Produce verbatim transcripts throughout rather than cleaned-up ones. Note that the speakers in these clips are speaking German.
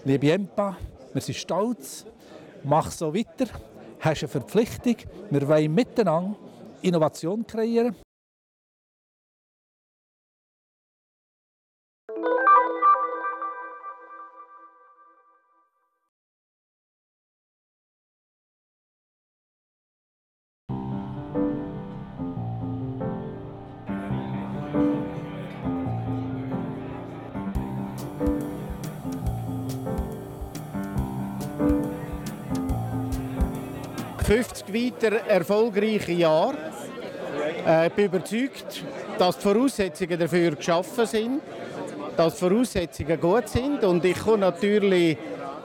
Liebe EMPA, wir sind stolz, mach so weiter, hast eine Verpflichtung, wir wollen miteinander Innovation kreieren. fünfzig weiter erfolgreiche Jahre. Äh, ich bin überzeugt, dass die Voraussetzungen dafür geschaffen sind, dass die Voraussetzungen gut sind. Und ich kann natürlich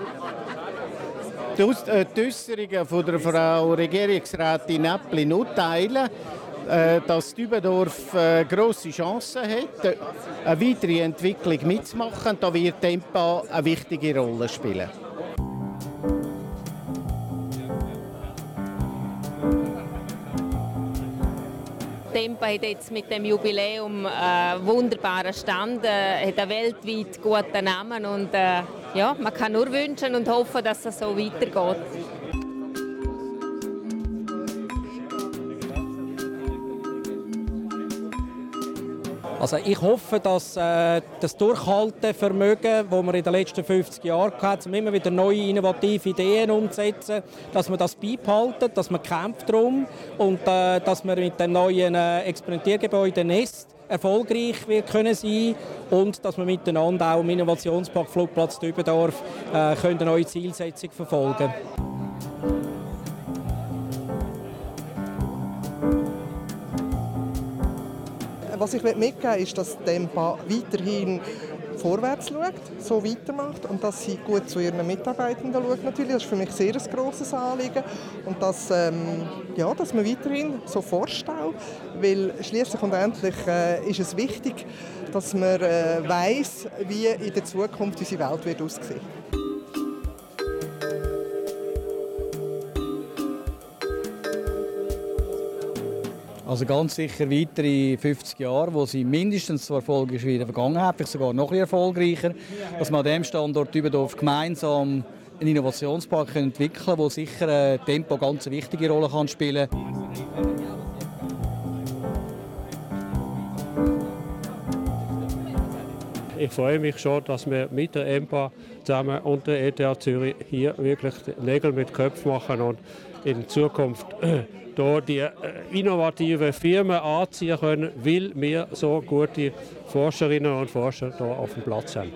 die Äußerungen von der Frau Regierungsrätin Näppli nur teilen, äh, dass Dübendorf äh, grosse Chancen hat, eine weitere Entwicklung mitzumachen. Da wird EMPA eine wichtige Rolle spielen. EMPA hat jetzt mit dem Jubiläum einen wunderbaren Stand, äh, hat einen weltweit guten Namen und äh, ja, man kann nur wünschen und hoffen, dass es so weitergeht. Also ich hoffe, dass äh, das Durchhaltevermögen, das wir in den letzten fünfzig Jahren hatten, um immer wieder neue innovative Ideen umzusetzen, dass wir das beibehalten, dass man kämpft darum und äh, dass wir mit dem neuen äh, Experimentiergebäude Nest erfolgreich wird können sein und dass wir miteinander auch im Innovationspark Flugplatz Dübendorf äh, können eine neue Zielsetzung verfolgen können. Was ich mitgeben möchte, ist, dass die EMPA weiterhin vorwärts schaut, so weitermacht und dass sie gut zu ihren Mitarbeitenden schaut. Natürlich. Das ist für mich sehr ein grosses Anliegen. Und dass, ähm, ja, dass man weiterhin so forscht auch, weil schliesslich und endlich äh, ist es wichtig, dass man äh, weiss, wie in der Zukunft unsere Welt wird aussehen. Also ganz sicher weitere fünfzig Jahre, wo sie mindestens so erfolgreich ist wie in der Vergangenheit, vielleicht sogar noch ein bisschen erfolgreicher, dass man an diesem Standort Dübendorf gemeinsam einen Innovationspark entwickeln kann, wo sicher äh, Tempo eine ganz wichtige Rolle kann spielen kann. Ich freue mich schon, dass wir mit der EMPA zusammen und der E T H Zürich hier wirklich Nägel mit Köpfen machen und in Zukunft äh, hier die äh, innovativen Firmen anziehen können, weil wir so gute Forscherinnen und Forscher hier auf dem Platz haben.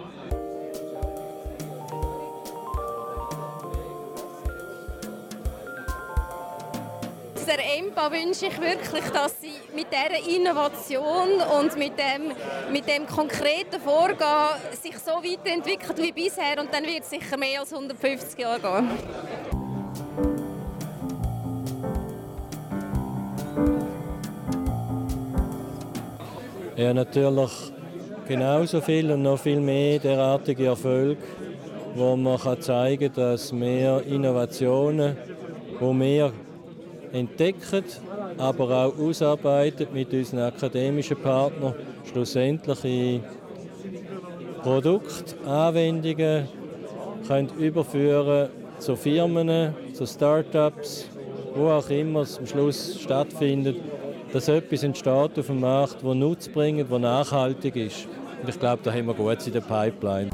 Der EMPA wünsche ich wirklich, dass sie mit dieser Innovation und mit dem, mit dem konkreten Vorgehen sich so weiterentwickelt wie bisher und dann wird es sicher mehr als hundertfünfzig Jahre gehen. Ja, natürlich genauso viel und noch viel mehr derartige Erfolge, wo man kann zeigen kann, dass wir Innovationen, die wir entdecken, aber auch ausarbeiten mit unseren akademischen Partnern, schlussendlich in Produkte, Anwendungen können überführen zu Firmen, zu Start-ups, wo auch immer es am Schluss stattfindet, dass etwas entsteht auf dem Markt, das Nutzen bringt, das nachhaltig ist. Und ich glaube, da haben wir gut in der Pipeline.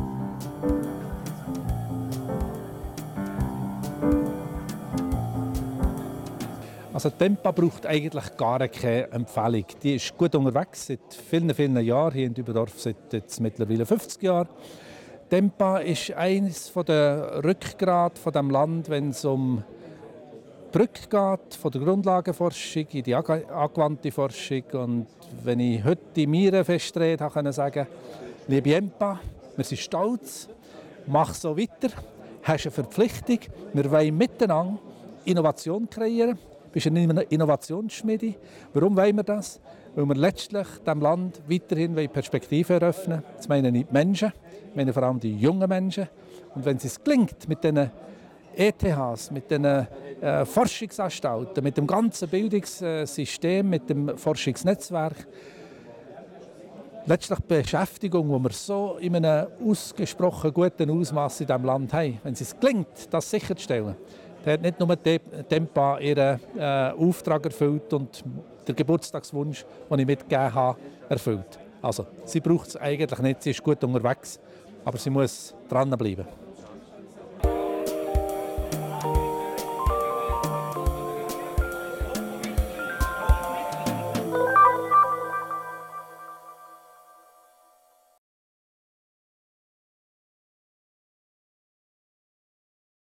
Also die EMPA braucht eigentlich gar keine Empfehlung. Die ist gut unterwegs, seit vielen, vielen Jahren, hier in Dübendorf seit jetzt mittlerweile fünfzig Jahren. Die EMPA ist eines der Rückgrat von dem Land, wenn es um die Brücke geht, von der Grundlagenforschung in die angewandte Forschung. Und wenn ich heute die Miere festrede, konnte ich sagen, liebe EMPA, wir sind stolz, mach so weiter, hast eine Verpflichtung, wir wollen miteinander Innovation kreieren. Du bist eine Innovationsschmiede. Warum wollen wir das? Weil wir letztlich diesem Land weiterhin Perspektiven eröffnen. Das meine ich die Menschen, ich meine vor allem die jungen Menschen. Und wenn es gelingt, mit diesen E T Hs, mit den äh, Forschungsanstalten, mit dem ganzen Bildungssystem, mit dem Forschungsnetzwerk, letztlich die Beschäftigung, die wir so in einem ausgesprochen guten Ausmaß in diesem Land haben, wenn es gelingt, das sicherzustellen, dann hat nicht nur die Tempa ihren äh, Auftrag erfüllt und den Geburtstagswunsch, den ich mitgegeben habe, erfüllt. Also, sie braucht es eigentlich nicht, sie ist gut unterwegs, aber sie muss dranbleiben.